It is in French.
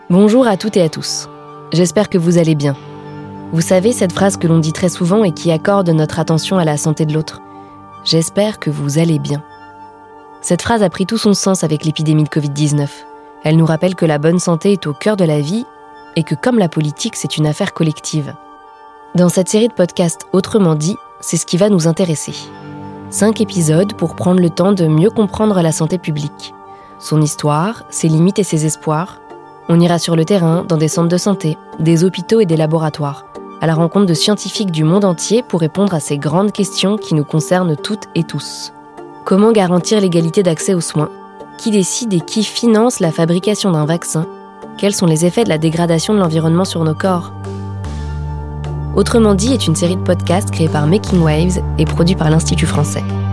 Bonjour à toutes et à tous. J'espère que vous allez bien. Vous savez, cette phrase que l'on dit très souvent et qui accorde notre attention à la santé de l'autre. J'espère que vous allez bien. Cette phrase a pris tout son sens avec l'épidémie de Covid-19. Elle nous rappelle que la bonne santé est au cœur de la vie et que comme la politique, c'est une affaire collective. Dans cette série de podcasts Autrement dit, c'est ce qui va nous intéresser. 5 épisodes pour prendre le temps de mieux comprendre la santé publique. Son histoire, ses limites et ses espoirs. On ira sur le terrain, dans des centres de santé, des hôpitaux et des laboratoires, à la rencontre de scientifiques du monde entier pour répondre à ces grandes questions qui nous concernent toutes et tous. Comment garantir l'égalité d'accès aux soins ? Qui décide et qui finance la fabrication d'un vaccin ? Quels sont les effets de la dégradation de l'environnement sur nos corps ? Autrement dit est une série de podcasts créée par Making Waves et produit par l'Institut français.